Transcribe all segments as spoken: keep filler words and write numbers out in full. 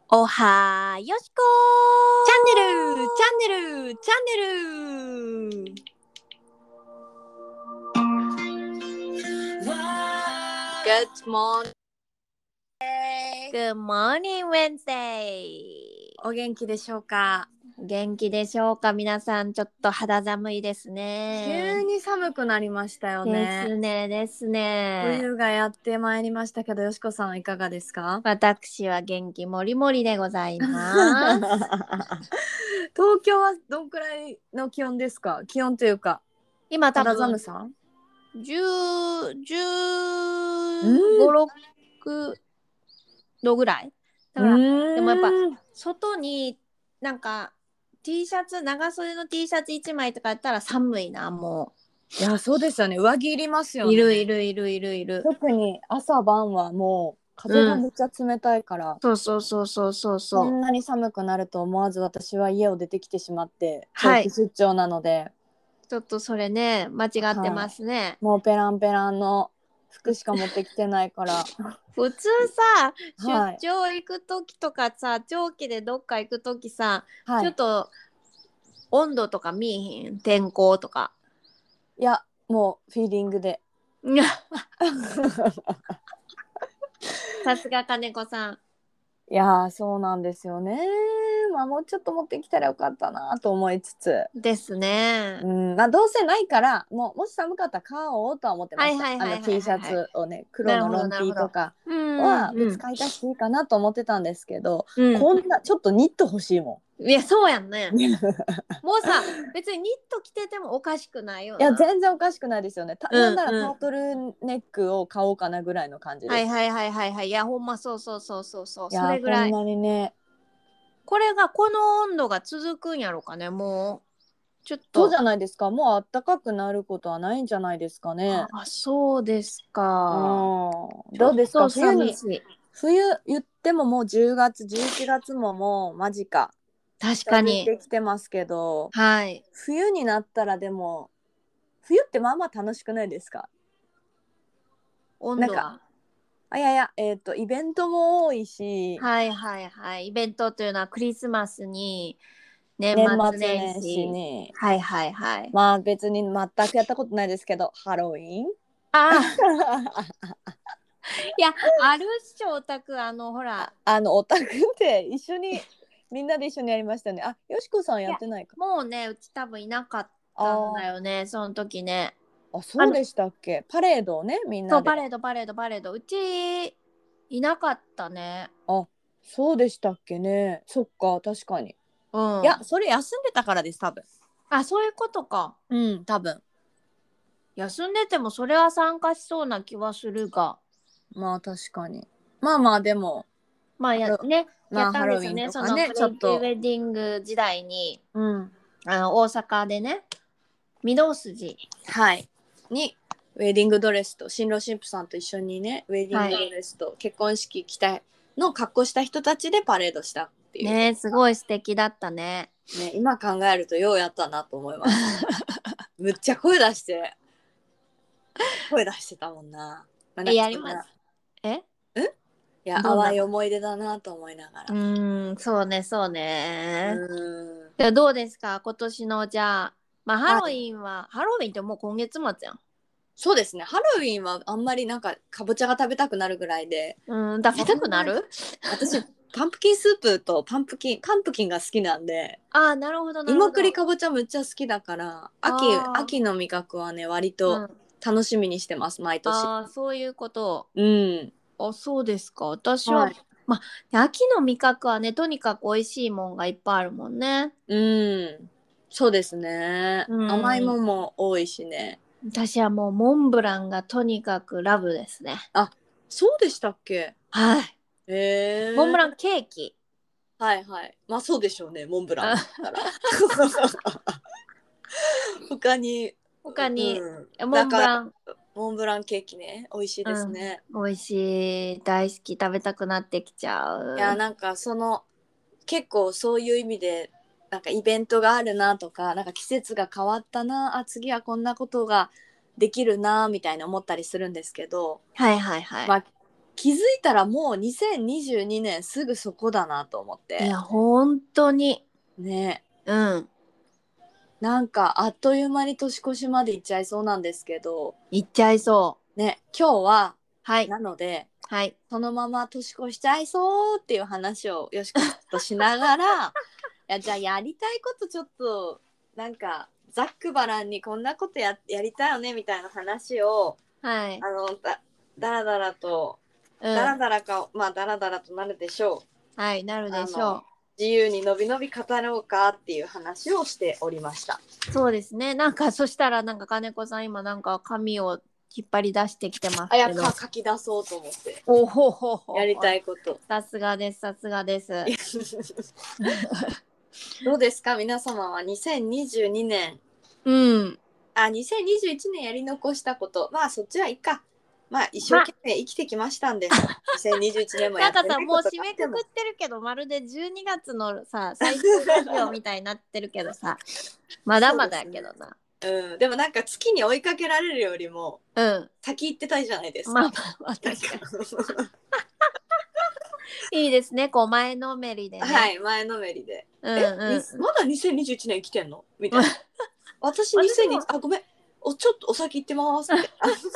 おはよしこチャンネルチャンネルチャンネル Good morning Good morning Wednesday お元気でしょうか。 元気でしょうか皆さん。ちょっと肌寒いです急ね。 に寒くなりましたよね。 ですねですね。 冬がやってまいりましたけど、よしこさんいかがですか？ 私は元気もりもりでございます東京はどんくらいの気温ですか？気温というか今多肌寒分さじゅう、じゅううご、ろくどぐらいだから。でもやっぱーん外になんか T シャツ、長袖の T シャツいちまいとかやったら寒いな。もいやそうですよね。上着いりますよね。 ういるいるいるいるいる。 特に朝晩はもう風がうん、 めっちゃ冷たいから、 そうそうそうそうそうこそう。 んなに寒くなると思わず私は家を出てきてしまって、長期はい、 出張なので、 ちょっとそれね間違ってまはすね。 い、もうペランペランの服しか持ってきてないから普通さ、出はい張行く時とかさ、長期でどっか行く時さ、 はい。 ちょっと温度とか見えへん？天候とか。 いやもうフィーリングでさすが金子さんいやそうなんですよね。まあもうちょっと持ってきたらよかったなと思いつつ、 ですね。 うんまあどうせないからもうもし寒かったら買おうとは思ってました。 はいはいあのはいはい T シャはいはい。 ツをね、黒なるほどのロンなるほど。 ティーとかうんは別うん買い足していいかなと思ってたんですけど、 うん。 こんなちょっとニット欲しいもいやそうやんね。 んいもうさ、別にニット着ててもおかしくないよやな。 全然おかしくないですよね。たうなんならタんうん。 ートルネックを買おうかなぐらいの感じです。 はいはいはいはいはい。いやほんまそうそうそうそうそう。 いやそれぐらい。 こんなにね。 これがこの温度が続くんやろかね。もうちょっと。 そうじゃないですか。もう暖かくなることはないんじゃないですかね。 あ、そうですうか。 ん。 ちょっどうですかと冬に。 寂しい。 冬言ってももうじゅうがつじゅういちがつももう間近確かに。 近づいてきてますけど、 はい。 冬になったらでも冬ってまあまあ楽しくないですか？なんか温度は。 あいやいやえっ、とイベントも多いし、 はいはいはい。イベントというのはクリスマスに年年末年末年始始。 にはいはいはい。 まあ別に全くやったことないですけどハロウィンああ、いや、あるっしょ、オタク、あの、ほら。 ああのオタクって一緒にみんなで一緒にやりましたね。あ、よしこさんいや、 やってないか。 もうね、うち多分いなかったんだあよね、その時ね。 あ、 あの、 そうでしたっけ。パレードをね、みんそう、 なで。 パレード、パレード、パレード。うち、いなかったね。 あ、そうでしたっけね。そっか、確かに。いうん。 や、それ休んでたからです、多分。 あ、そういうことか。 うん、多分。 休んでても、それは参加しそうな気はするが。 まあ確かに。まあまあでも、 まあ、や、 ハロ、 ね、やっまあハロウィンたんですよね。その、 とかね、 クレイジーウちょっと、 ェディング時代に、 うん。 あの、大阪でね、御堂筋。 はい。に、ウェディングドレスと、新郎新婦さんと一緒にね、ウェディングはい。 ドレスと結婚式着たの格好した人たちでパレードしたっていう。 ね、すごい素敵だったね。 ね、今考えるとようやったなと思います。むっちゃ声出して、声出してたもんな。まあ、なえ、 んかそんな、 やります。えいや、 どんな。 淡い思い出だなと思いながうら。 ーん、そうね、そううね。 ーん。 でどうですか今年のじゃあ、まあ、ハロウはい。 ィンは、ハロウィンってもう今月末やん。 そうですね。ハロウィンはあんまりなんかかぼちゃが食べたくなるぐらいで、 うん、食べたくなそんなる。 私パンプキンスープとパンプキンパンプキンが好きなんで、 ああ、なるほど、なるほど。 芋栗かぼちゃむっちゃ好きだから、秋あ秋の味覚はね割あ、うとん。 楽しみにしてます毎年。 ああ、そういうこと。 うん。 あ、そうですか。私は、 はい。 まあ、秋の味覚はね、とにかく美味しいもんがいっぱいあるもんね。 うん。そうですね。 う甘いもん。 んも多いしね。 私はもうモンブランがとにかくラブですね。 あ、そうでしたっけ。 はい。モンへえ。 ブランケーキ。 はいはい。まあそうでしょうね、モンブランだっあ、 たら。他に、 他に、 うん。 モなんか、 ンブラン、 モンブランケーキね、美味しいですうん、 ね。 美味しい。大好き。食べたくなってきちゃいや、 う。 なんかその、結構そういう意味で、なんかイベントがあるなとか、なんか季節が変わったな、あ、次はこんなことができるな、みたいな思ったりするんですけど、 はいはいはい。 まあ、 気づいたらもうにせんにじゅうにねんすぐそこだなと思っいてや本当にね。 うんなんかあっという間に年越しまで行っちゃいそうなんですけどいっちゃいそうね、今日ははいなのではいそのまま年越しちゃいそうっていう話をよしこさんとしながらいやじゃあやりたいことちょっとなんかざっくばらんにこんなこと や, やりたいよねみたいな話をはいあのだだらだらとうんだらだらかまあだらだらとなるでしょう。 はいなるでしあのょ自由にのびのび語ろうかっていう話をしておりました。 うそうですねなんかそしたらなんか金子さん今なんか紙を引っ張り出してきてますあやけどか書き出そうと思っておほほほやりたいことさすがですさすがですどうですか皆様はにせんにじゅうにねんうんあにせんにじゅういちねんやり残したことまあそっちはいいかまあ一生懸命生きてきましたんで、まあ、にせんにじゅういちねんもやなんかさってないこともう締めがあってもくくってるけどまるでじゅうにがつのさ最終ラジオみたいになってるけどさまだまだやけどなうん、でもなんか月に追いかけられるよりもうん先行ってたいじゃないですか。 まあまあまあ確かにいいですねこう前のめりでねはい前のめりで、 うんえうんまだにせんにじゅういちねん生きてんのみたいな私にせんにじゅうあごめんおちょっとお先行ってますって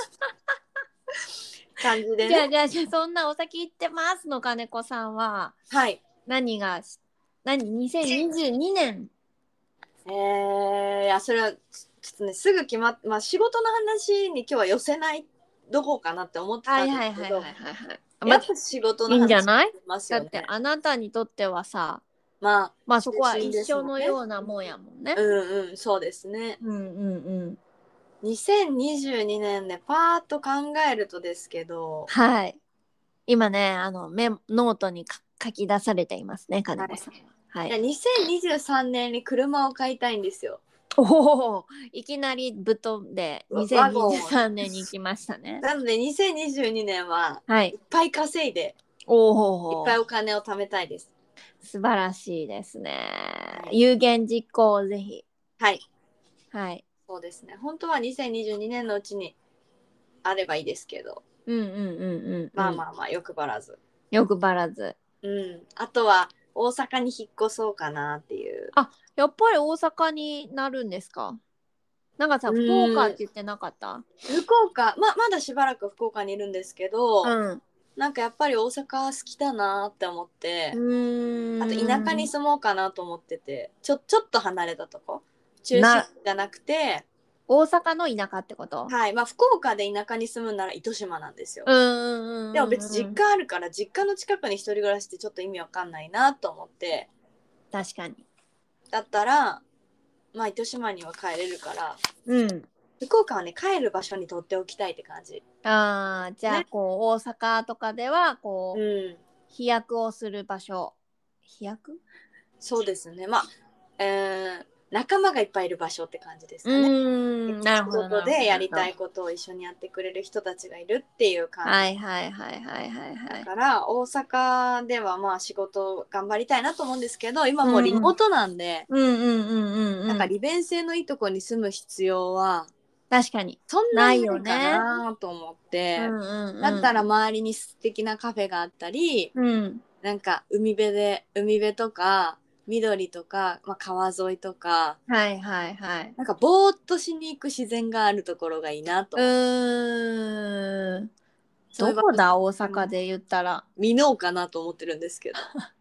感じでね。 じゃあじゃあじゃあそんなお先行ってますの金子さんははい何が何にせんにじゅうにねんえー、いやそれはちょっとねすぐ決まっまあ仕事の話に今日は寄せないどこうかなって思ってたんはいですけどはいはいはいはいはいやっぱ仕事のいいんじゃ話ないしますよね。 だってあなたにとってはさまあまあそこは中心一緒のですもんねようなもんやもんねうんうんそうですね。 うんうんうんにせんにじゅうにねんねパーッと考えるとですけど、 はい今ねあのメノートにか書き出されていますね金子さんははいい、 やにせんにじゅうさんねんに車を買いたいんですよ。 おおいきなりぶっ飛んでワ 2023 ゴンを年に行きましたねなのでにせんにじゅうにねんははいいっぱい稼いでおおいっぱいお金を貯めたいです。 素晴らしいですね、 はい有言実行をぜひはいはいそうですね本当はにせんにじゅうにねんのうちにあればいいですけどうんうんうんうん、うん、 まあまあまあ欲張らず欲張らずうんあとは大阪に引っ越そうかなっていうあやっぱり大阪になるんですかなんかさうん福岡って言ってなかった福岡ままだしばらく福岡にいるんですけど、 うんなんかやっぱり大阪好きだなって思ってうーんあと田舎に住もうかなと思っててちょちょっと離れたとこ中心なじゃなくて大阪の田舎ってことはいまあ福岡で田舎に住むなら糸島なんですよ。 うんうんうんでも別に実家あるから実家の近くに一人暮らしってちょっと意味わかんないなと思って確かにだったらまあ糸島には帰れるからうん福岡はね帰る場所にとっておきたいって感じ。 あーじゃあねこう大阪とかではこう、 うん飛躍をする場所飛躍そうですねまあ、えー、仲間がいっぱいいる場所って感じですうかね。 ーんなるほど仕事でやりたいなることを一緒にやってくれる人たちがいるっていう感じ、 はいはいはいはいはいはいだから大阪ではまあ仕事頑張りたいなと思うんですけど今もうリモートなんで、 うんうんうんうんうんなんか利便性のいいとこに住む必要は確かにそんなないよにないかねなと思って、 うんうんうんだったら周りに素敵なカフェがあったり、 うんなんか海辺で海辺とか緑とか、まあ、川沿いとかはいはいはいなんかぼーっとしに行く自然があるところがいいなとう思ってーんそういう場所どこだ大阪で言ったら見のうかなと思ってるんですけど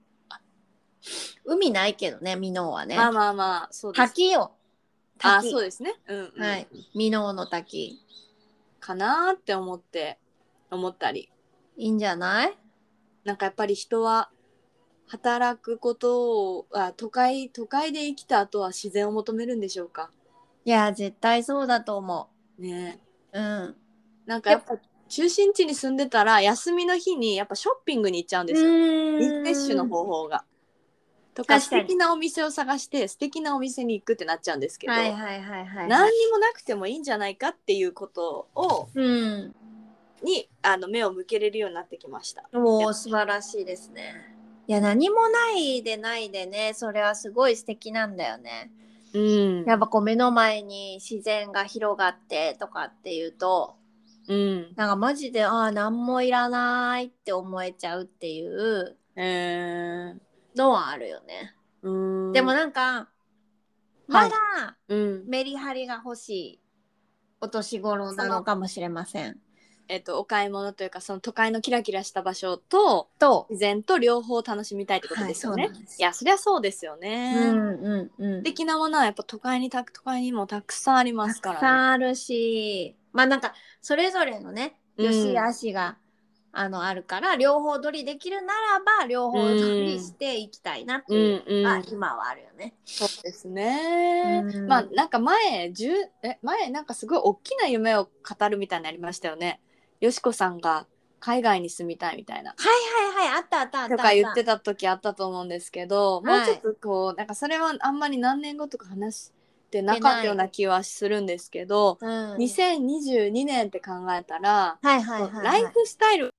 海ないけどね箕面はねまあまあまあそうです滝よあ滝そうですねうんうん、 はい箕面の滝かなーって思って思ったりいいんじゃないなんかやっぱり人は働くことをあ都会都会で生きた後は自然を求めるんでしょうかいや絶対そうだと思ねううんなんかやっぱ中心地に住んでたら休みの日にやっぱショッピングに行っちゃうんですよリフレッシュの方法がとか素確かに敵なお店を探して素敵なお店に行くってなっちゃうんですけど、 はいはいはいはい、 何にもなくてもいいんじゃないかっていうことをうんにあの目を向けれるようになってきました。 おー素晴らしいですねいや何もないでないでねそれはすごい素敵なんだよねうんやっぱこう目の前に自然が広がってとかっていうとうん。 なんかマジでああ何もいらないって思えちゃうっていうえー、 のはあるよね。 うーん。 でもなんかまはい。 だうん。 メリハリが欲しいお年頃なそののかもしれません。 えっと、お買い物というかその都会のキラキラした場所とと、 自然と両方楽しみたいってことはい、そうですよね。 なんですよ。 いやそりゃそうですようね。 んうんうん。 素敵なものはやっぱ都会にた都会にもたくさんありまたくすからね。 さんあるし、まあなんかそれぞれのね、 う良しん悪しがあのあるから、両方取りできるならば両う方取りしんていきたいなとういうんうん。 のが今はあるよね。 そうですうね。まあん。 なんか前じゅうえ前なんかすごい大きな夢を語るみたいになりましたよね。よしこさんが海外に住みたいみたいな。 はいはいはい、あったあったあっとたあった。 か言ってた時あったと思うんですけど、もうちょっはい。 とこうなんかそれはあんまり何年後とか話してなかったようでない。 な気はするんですけど、 うん。 にせんにじゅうにねんって考えたら、 はいはいはいライはい。 フスタイル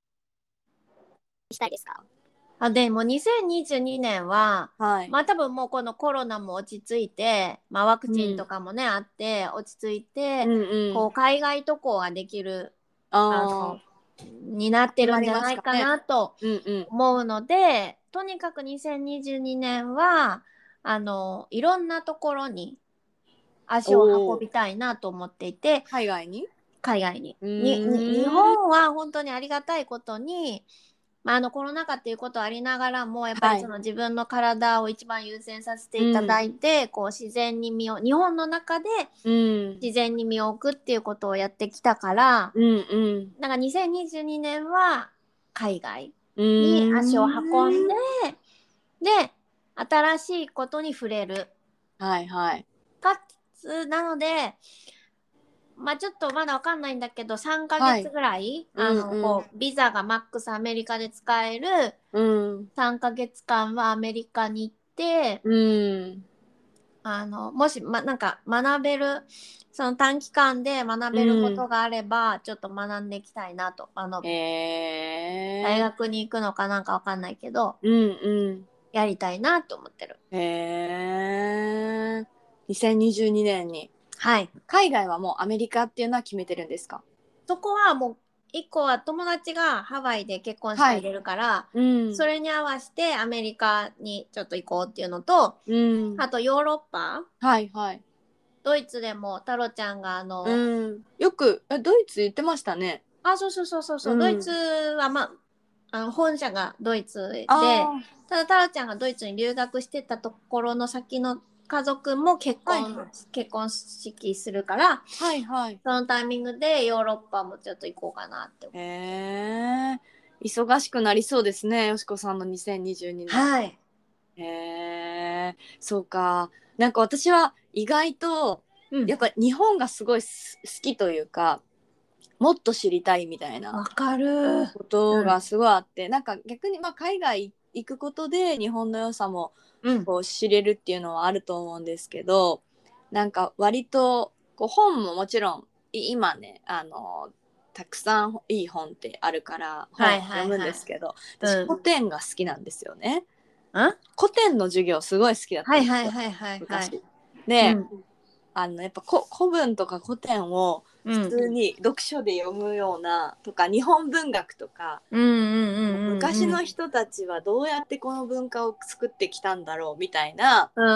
したいですか？ あ、でもにせんにじゅうにねんは、 はい。 まあ多分もうこのコロナも落ち着いて、まあワクうチンとん。 かもね、あって落ち着いて、 うんうん。 こう海外渡航ができる、あの、 ああ、 になって集まりるんじゃないかますかね。 なとうんうん。 思うので、とにかくにせんにじゅうにねんは、あの、いろんなところにお足を運お。 びたいなと思っていて、 海外に？ 海外に。 うに、に、日ーん。 本は本当にありがたいことに、まあ、あのコロナ禍っていうことはありながらもやっぱりそはい。 の自分の体を一番優先させてういただん。 いて、こう自然に身を日本の中でうん。 自然に身を置くっていうことをやってきたから、 うんうん。 なんかにせんにじゅうにねんは海外うにー足を運んで、 ん。 で新しいことに触れる。 はいはい。 かつなので、まあちょっとまだわかんないんだけど、さんかげつはい。 ぐらい、 うあの、 んうん。 こう、ビザがマックスアメリカで使えるうん。 さんかげつかんはアメリカに行って、 うん。 あの、もし、ま、なんか学べる、その短期間で学うべるこん。 とがあれば、ちょっと学んでいきたいなと。あの、 へ大え。 学に行くのかなんかわかんないけど、 うんうんやりたいなと思ってる。 へえ。にせんにじゅうにねんにはい。 海外はもうアメリカっていうのは決めてるんですか？ そこはもう、一個は友達がハワイで結婚式はい。 挙げるから、 うん。 それに合わせてアメリカにちょっと行こうっていうのと、 うん。 あとヨーロッパ、 はいはい。 ドイツでも太郎ちゃんがあの、 うん。よくえドイツ言ってましたね。 あ、そうそうそうそううそう、ドイツん。 はまあ、あの本社がドイツで、 あただ太郎ちゃんがドイツに留学してたところの先の家族も結あ。はい婚、 はい。 結婚式するから、 はいはい。 そのタイミングでヨーロッパもちょっと行こうかなって思へう。 え。忙しくなりそうですね、よしこさんのにせんにじゅうにねん。 はい。 へえ。そうか。なんか私は意外とうん。 やっぱ日本がすごいす好きというか、もっと知りたいみたいなわかる。 ことうん。 がすごいあって、なんか逆にまあ海外行くことで日本の良さもうん。 こう知れるっていうのはあると思うんですけど、なんか割とこう本ももちろんい今ねあのたくさんいい本ってあるから本はい読むんはいはい。 ですけど、私うん。 古典が好きなんですよね。 あ、 古典の授業すごい好きだったはいんですよ、 はいはいはいはい。 昔。で、 うん。 あのやっぱこ古文とか古典を普うん。 通に読書で読むようなとか日本文学とかうんうんうんうんうん。 昔の人たちはどうやってこの文化を作ってきたんだろうみたいな、 うん。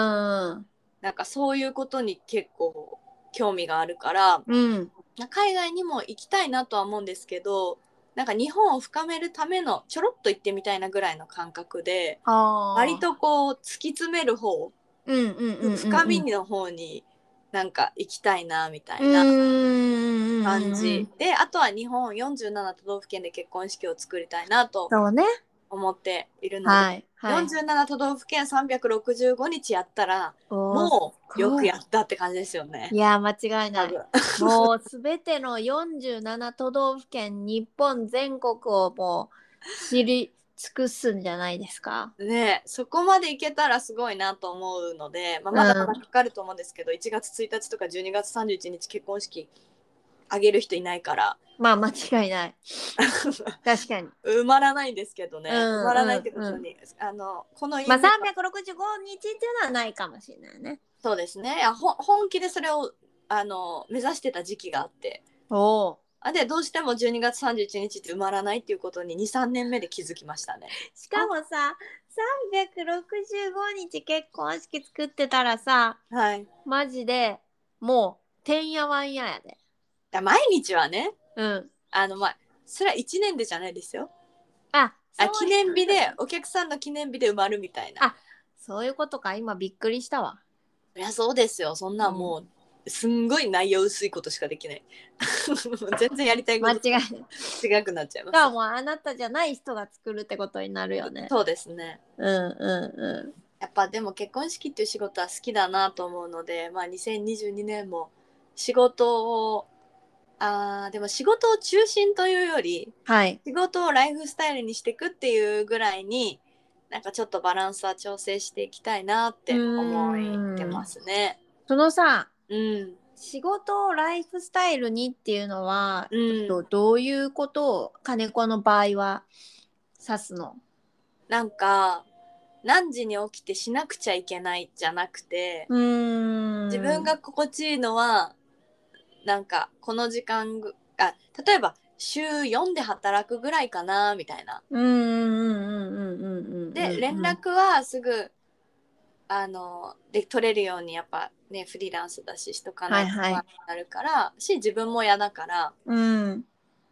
なんかそういうことに結構興味があるからうん。 海外にも行きたいなとは思うんですけど、なんか日本を深めるためのちょろっと行ってみたいなぐらいの感覚で割ああ。 とこう突き詰める方、 うんうんうんうんうん。 深みの方になんか行きたいなみたういなーん。 感じで、あとは日本よんじゅうなな都道府県で結婚式を作りたいなとそうね。 思っているので、 はいはい。 よんじゅうなな都道府県さんびゃくろくじゅうごにちやったらおー、すもうよごい。 くやったって感じですよね、 いや、間違いない。 多分。 もうすべてのよんじゅうなな都道府県、日本全国をもう知り尽くすんじゃないですか。 ね、そこまでいけたらすごいなと思うので、まあ、 うまだまだん。 かかると思うんですけど、いちがつついたちとかじゅうにがつさんじゅういちにち結婚式あげる人いないからまあ間違いない。確かに。 埋まらないんですけどうんね、埋まらないってこうんうん。 とにあのこのまあ夢はさんびゃくろくじゅうごにちっていうのはないかもしれないね。 そうですね、いやほ本気でそれをあの目指してた時期があって、 おお。 あでどうしてもじゅうにがつさんじゅういちにちって埋まらないっていうことににさんねんめで気づきましたね。 しかもささんびゃくろくじゅうごにち結婚式作ってたらさ、 はい。 マジでもうてんやわんややで。 だ毎日はね、 うん。 あのまあそれはいちねんでじゃないですよ。 あ、 あそう記念日でお客さんの記念日で埋まるみたいな。 あ、そういうことか。今びっくりしたわ。 いやそうですよ。そんなんもう、すんごい内容薄いことしかできない。全然やりたいこと間違いない。 違くなっちゃいます。 だからもうあなたじゃない人が作るってことになるよね。 そうですね。 うんうんうやっぱでも結婚式っていう仕事は好きだなと思うので、まあ、にせんにじゅうにねんも仕事をあーでも仕事を中心というよりん。はい。 仕事をライフスタイルにしていくっていうぐらいになんかちょっとバランスは調整していきたいなって思ってますね。 そのさ、 うん仕事をライフスタイルにっていうのは、 うんどどういうことを金子の場合は指すの？ なんか何時に起きてしなくちゃいけないじゃなくて、 うーん。 自分が心地いいのはなんかこの時間ぐあ例えば週よんで働くぐらいかなみたいな。 うんうんうんうんうんうんで連絡はすぐあので取れるようにやっぱねフリーランスだししとかないとはいはい。 なるから、し自分も嫌だからうん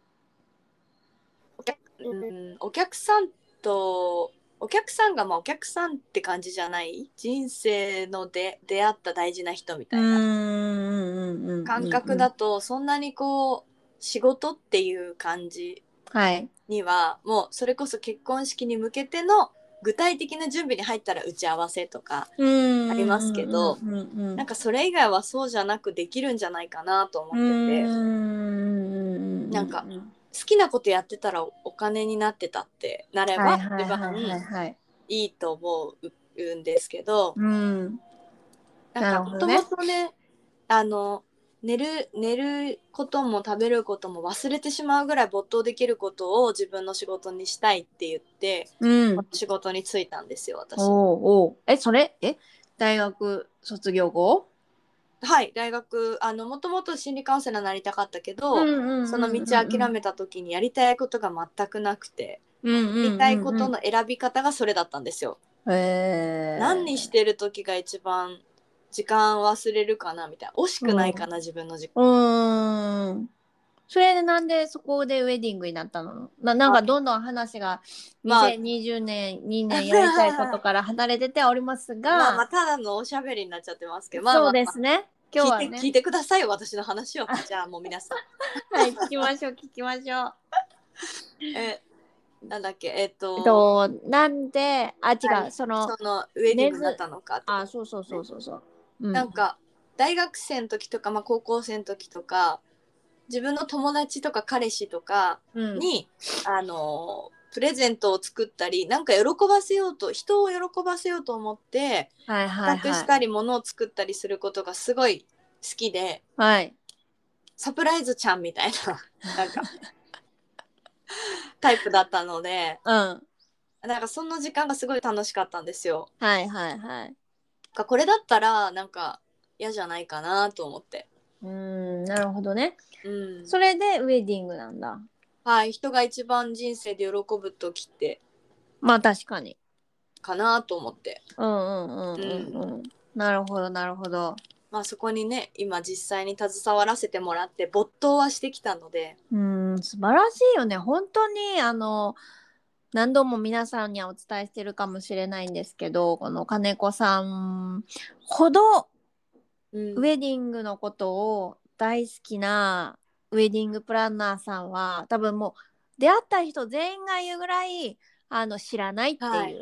お客、うん、お客さんとお客さんがまあお客さんって感じじゃない人生ので出会った大事な人みたいな感覚だとそんなにこう仕事っていう感じはいにはもうそれこそ結婚式に向けての具体的な準備に入ったら打ち合わせとかありますけど、なんかそれ以外はそうじゃなくできるんじゃないかなと思ってて、なんか好きなことやってたらお金になってたってなれば一番いいと思うんですけど、 うんなんかもともとねあの寝る寝ることも食べることも忘れてしまうぐらい没頭できることを自分の仕事にしたいって言って、うん、仕事に就いたんですよ私。 おうおうえそれえ大学卒業後？ はい大学あのもともと心理カウンセラーになりたかったけど、その道諦めた時にやりたいことが全くなくて、やりたいことの選び方がそれだったんですよ。へー何してる時が一番時間忘れるかなみたいな惜しくないかな、うん、自分の時間。 うーんそれでなんでそこでウェディングになったの？ななんかどんどん話がにせんにじゅうねん、にねんやりたいことから離れてておりますがまあまあただのおしゃべりになっちゃってますけど、まあまあ、 そうですね今日はね聞いて、聞いてください私の話をじゃあもう皆さんはい聞きましょう聞きましょうえなんだっけえっと、 えっとなんであ違う、はい、そのそのウェディングになったのかって、 あそうそうそうそうそう、 うん、なんか大学生の時とか、まあ、高校生の時とか自分の友達とか彼氏とかに、うん、あのプレゼントを作ったりなんか喜ばせようと人を喜ばせようと思って企画したり物を作ったりすることがすごい好きで、はい、サプライズちゃんみたいななんかタイプだったので、うん、なんかその時間がすごい楽しかったんですよ。はいはいはい。これだったらなんか嫌じゃないかなと思って。 うーんなるほどね、うん、それでウェディングなんだ。 はい、人が一番人生で喜ぶ時ってまあ確かにかなと思って。 うんうんうんうんうん、うん、なるほどなるほど。 まあそこにね今実際に携わらせてもらって没頭はしてきたので、 うん素晴らしいよね本当に。あの何度も皆さんにはお伝えしてるかもしれないんですけど、この金子さんほどウェディングのことを大好きなウェディングプランナーさんは多分もう出会った人全員が言うぐらいあの知らないっていう、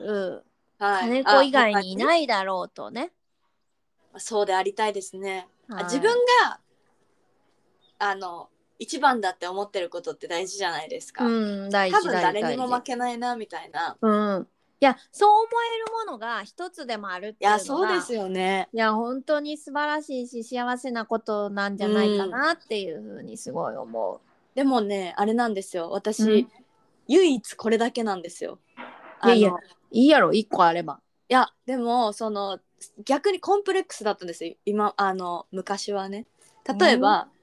はい、金子以外にいないだろうとね。 そうでありたいですね、はい、自分があの一番だって思ってることって大事じゃないですか、うん、大事多分誰にも負けないなみたいな、 うん、いやそう思えるものが一つでもあるっていうのが、いやそうですよね。 いや本当に素晴らしいし幸せなことなんじゃないかなっていうふうにすごい思う、うん、 でもねあれなんですよ私、うん、唯一これだけなんですよ。 いやいやいいやろいっこあれば。 いやでもその逆にコンプレックスだったんですよ今あの昔はね。例えば、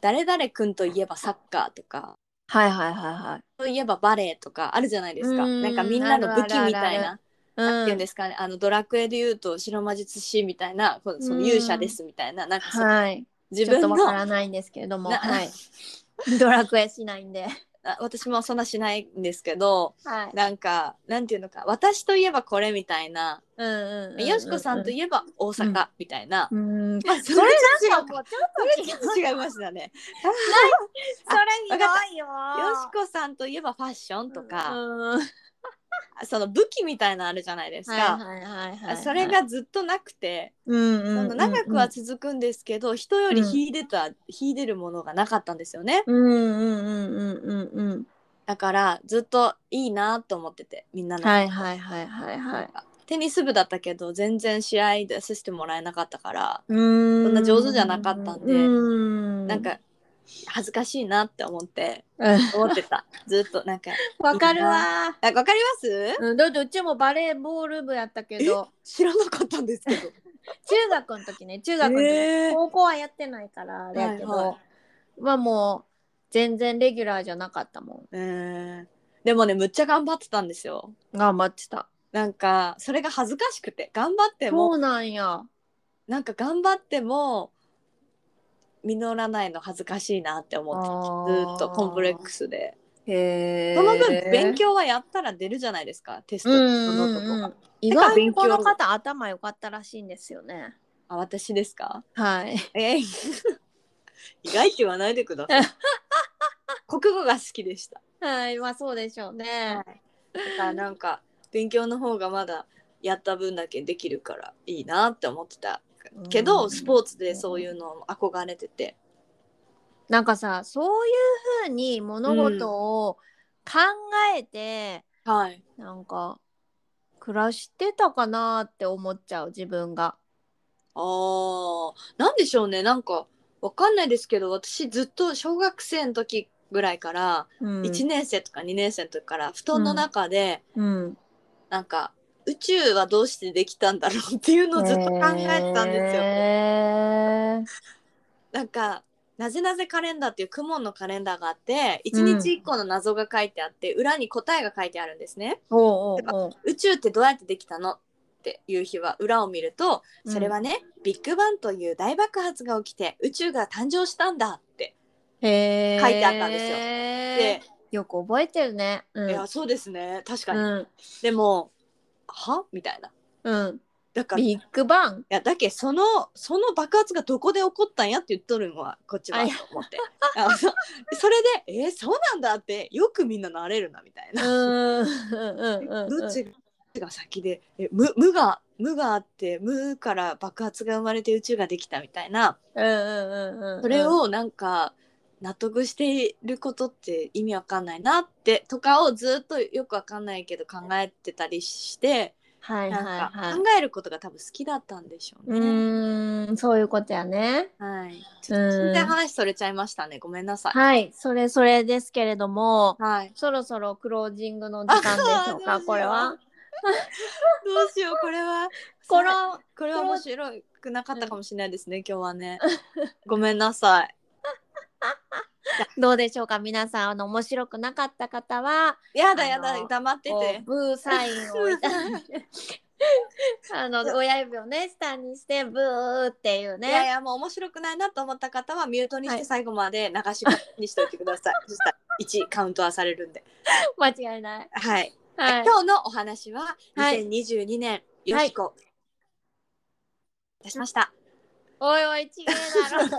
誰々くんといえばサッカーとか、 はいはいはいはい。 といえばバレエとかあるじゃないですか。 うーんなんかみんなの武器みたいな、 うなんていうんん。 ですかね、あのドラクエで言うと白魔術師みたいな、こその勇者ですみたいな、なんかそうはい。 自ちょっとわか分のらないんですけれども、 なはい。ドラクエしないんで。 あ私もそんなしないんですけど、 はい。 なんかなんていうのか、私といえばこれみたいな、 うんうんよしこさんとういえば大阪みたいな、 んうん。うん。 まあそそれれちょっと違うか、 なんかもうちょっと違う。 それちょっと違いましたね。 それひわかった。 どいよ。 よしこさんといえばファッションとか、 うん。 その武器みたいなのあるじゃないですはいか。 はいはいはいそれはい。 がずっとなくて、 うんうんその長くはうんうん。 続くんですけど、人よりうん秀でた秀でるものがなかったんですよね。 うんうんうんうんうんうん。 だからずっといいなと思ってて、みんなのこはいと。 はいはいはいはい。 テニス部だったけど全然試合でさせてもらえなかったから、 うーそんな上ん。 手じゃなかったんうで、 ーん。 なんか恥ずかしいなって思ってうん。 思ってた。ずっとなんかいわかるいな。 わ。 あ、わかります？ うん、だってうちもバレーボール部やったけえ、 ど、 知らなかったんですけど。 中学の時ね、中学の時、 えー、 高校はやってないからあれやはいはい。 けど、まあもう全然レギュラーじゃなかったもえー、でもね、むっちゃ頑張ってたんですよ。 ん。頑張ってた。 なんかそれが恥ずかしくて、頑張ってもそうなんや。 なんか頑張っても実らないの恥ずかしいなって思ってた、ずっとコンプレッあクスで。 ー。 その分勉へー。 強はやったら出るじゃないですか、テスうんトのノートとか。 うんうん。意だから外にこの勉強、 方頭良かったらしいんですよね。 あ、私ですか？ はい。 えー、意外って言わないでください。国語が好きでした。 はい、まあそうでしょうね。 はい。だからなんか勉強の方がまだやった分だけできるからいいなって思ってたけど、スポーツでそういうの憧れてて。 なんかさ、そういうふうに物事うん、 を考えて、 はい。 なんか暮らしてたかなって思っちゃう自分が。 あー、なんでしょうね。なんかわかんないですけど、私ずっと小学生の時ぐらいから、 うん。 いちねん生とかにねん生の時から布団のうん中で、 うん。 なんか宇宙はどうしてできたんだろうっていうのをずっと考えてたんですよ。 へえ。 なんかなぜなぜカレンダーっていうクモンのカレンダーがあって、一うん。 日一個の謎が書いてあって裏に答えが書いてあるんですね。 おうお例えばうおう。 宇宙ってどうやってできたのっていう日は裏を見ると、それはね、ビッグバンという大爆発が起きて宇宙が誕生したんだって書いてあったんですよ。 へえ。 で、 よく覚えてるね。うん。 いやそうですね、確かに。 うん。 でもはみたいな。 うん。 だから、いビッグバン。 やだけそのその爆発がどこで起こったんやって言っとるのはこっちあ、いや。 はと思って、あそそれでえー、そうなんだってよくみんななれるなみたいな。 うーん。うんうんうんどっちが先で、え無無が無があって無から爆発が生まれて宇宙ができたみたいな、 うんうんうんうん。 それをなんか納得していることって意味わかんないなってとかをずっとよくわかんないけど考えてたりして、 はいなんか考はいはい。 えることが多分好きだったんでしょううね。 ーん、そういうことやね。 はい。ちょうっと全然ーん。 話それちゃいましたね。ごめんなさい。 はい、それそれですけれども、 はい。 そろそろクロージングのあ時間でしょうか、 ーどうしこれは。 よう。どうしよう。これはさこの、 これはクロ面白くなかっうん、 たかもしれないですね。今日はね。ごめんなさい。 どうでしょうか、皆さん、あの、面白くなかった方は、 やだやだ、 あの、 黙ってこう、 て。 ブーサインをいただいて、あの、親指をね、下にして、ブーっていうね。 いやいや、もう面白くないなと思った方はミュートにしはい、 て最後まで流しっぱにしといてください。そしたらいちカウントはされるんで。 間違いない。 はい。 はい。 今日のお話ははい。 にせんにじゅうにねんよはい。 しこいたしました。 おいおい、ちげえだろ。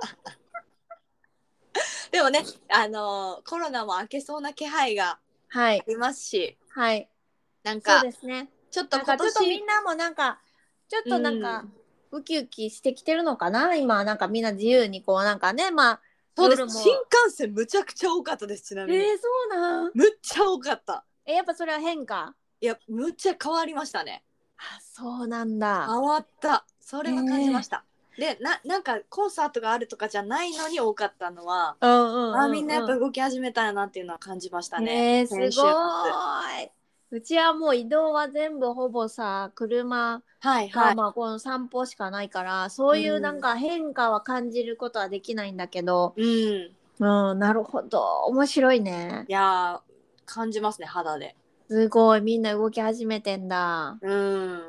でもね、あのーコロナも明けそうな気配がはい。 ありますし、 はい。そうなんかですね。 ちょっとなんかちょっとみ今年、 んなもなんか、ちょっうとなんか、 ん、 ウキウキしてきてるのかな今、なんかみんな自由にこう、なんかね、まあ、 そうです。新夜も。 幹線むちゃくちゃ多かったです。ちなみにえー、そうなん。 むっちゃ多かった。 え、やっぱそれは変化。 いや、むっちゃ変わりましたね。 あ、そうなんだ。 変わった。それは感じまえー、 した。でな、なんかコンサートがあるとかじゃないのに多かったのは、 うんうあ、みんなやっぱんうん動き始めたよなっていうのは感じましたうん。 ね。 えー、すご先週末。 ーい。 うちはもう移動は全部ほぼさ車がはいはい。 まあこの散歩しかないからそういうなんか変化は感じることはできないんだけど、 うん。いうん、なるほど面白いね。 やー、感じますね、肌で。 すごいみんな動き始めてんだ。 うん。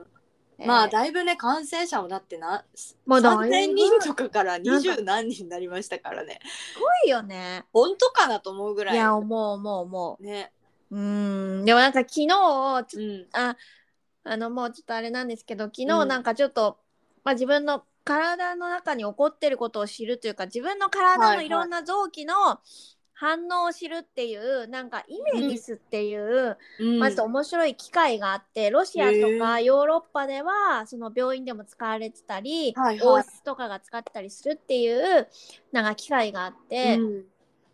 えまあ、 ーだいぶね、感染者もだってな、 もうだいぶさんぜんにんとかからなんか二十何人になりましたからね。 すごいよね。 本当かなと思うぐいやらい。 思う思う思ね。 う。うんでもなんか昨日ちょうん。 ああのもうちょっとあれなんですけど昨日うんなんかちょっと、まあ、自分の体の中に起こってることを知るというか自分の体はいはい。 のいろんな臓器の反応を知るっていうなんかイメギスっていう、 うん。 まず面白い機械があってロシアとかへえ。 ヨーロッパではその病院でも使われてたりはいはい。 王室とかが使ってたりするっていうなんか機械があっうて、 ん。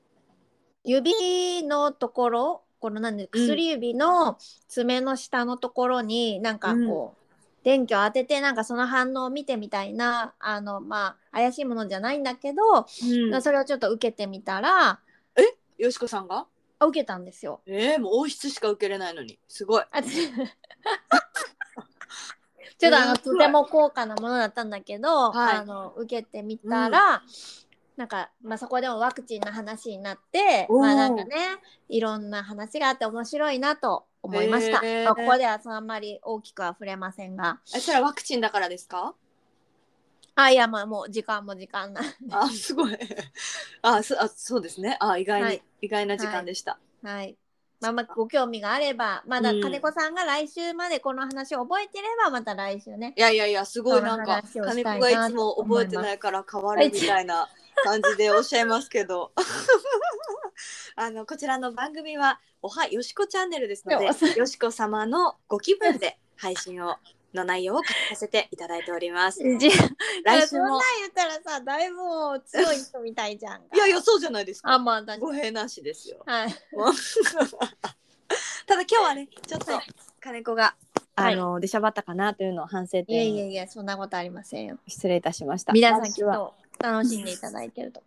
指のところこのなんでうん。 薬指の爪の下のところになんうん。 かこう電気を当ててなんかその反応を見てみたいなあのまあ怪しいものじゃないんだけど、 うん。 それをちょっと受けてみたらえ、よしこさんが？ あ受けたんですよ。 えー、もう王室しか受けれないのに。すごい。 あちちょっとあのとすごい。 ても高価なものだったんだけどはい。 あの受けてみうん。 たら、なんか、まあ、そこでもワクチンの話になってまあなんかおお。 ねいろんな話があって面白いなと思いましへた。まあ、ここえ。 ではそのあんまり大きくは触れませんが。 え、それはワクチンだからですか？ あいやまあもう時間も時間なんであ、すごい。あ、そ、あ、そうですね。あ、意外に、 はい意外な時はい間でした。 はいまあ、まあご興味があればまだ金うん。 子さんが来週までこの話を覚えてればまた来週ねいやいやいや、すごそのいなんか、 話をし金子たいなとがいつも覚えてない思います。 から変わるみたいな感じでおっしゃいますけど。あの、こちらの番組は、おはよしこチャンネルですので、よしこ様のご気分で配信を、の内容を書かせていただいております。 じ来週も。 そんなん言ったらさだいぶもう強い人みたいじゃんか。 いやいや、そうじゃないですか。 あまあ確かに語弊なしですよ。 はいただ今日はね、ちょっとはい金子が、 はいあの出しゃばったかなというのを反省いやいや点いやそんなことありませんよ。 失礼いたしました。 皆さん来週はきっと楽しんでいただいてると。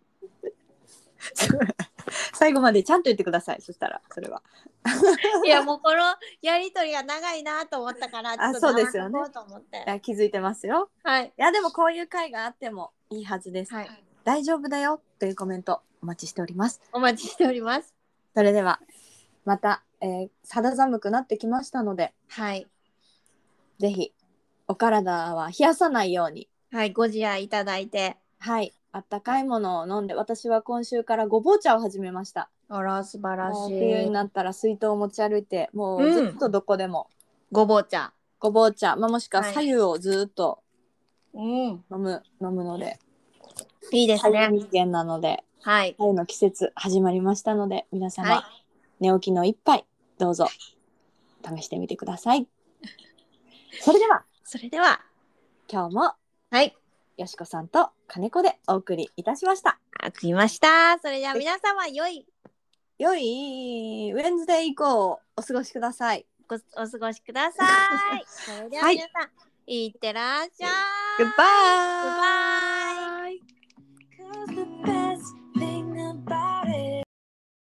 最後までちゃんと言ってください。そしたらそれは。 いやもうこのやりとりが長いなと思ったからちょっとあそうですよね黙っとこうと思って。 いや気づいてますよ。 はいいやでもこういう会があってもいいはずです。 はい大丈夫だよというコメントお待ちしております。 お待ちしております。 それではまた、えー肌寒くなってきましたので、 はいぜひお体は冷やさないように、 はいご自愛いただいて。 はい、あったかいものを飲んで、私は今週からごぼう茶を始めました。 あら素晴らもうしい。 冬になったら水筒を持ち歩いて、もうずっとどこでも、 ごぼう茶。 ごぼう茶、まあ、もしくははい白湯をずっとうん飲む、飲むので、 いいですね。 白湯人間なので、 はい春の季節始まりましたので、皆様、 はい寝起きの一杯どうぞ試してみてください。それではそれでは今日もはいよしこさんと金子でお送りいたしました。 ありました。それでは皆様良い良いウェンズデー以降お過ごしください。 ごお過ごしください。それでは皆さん、いってらっしゃい。 グッバイ。 グッバイ。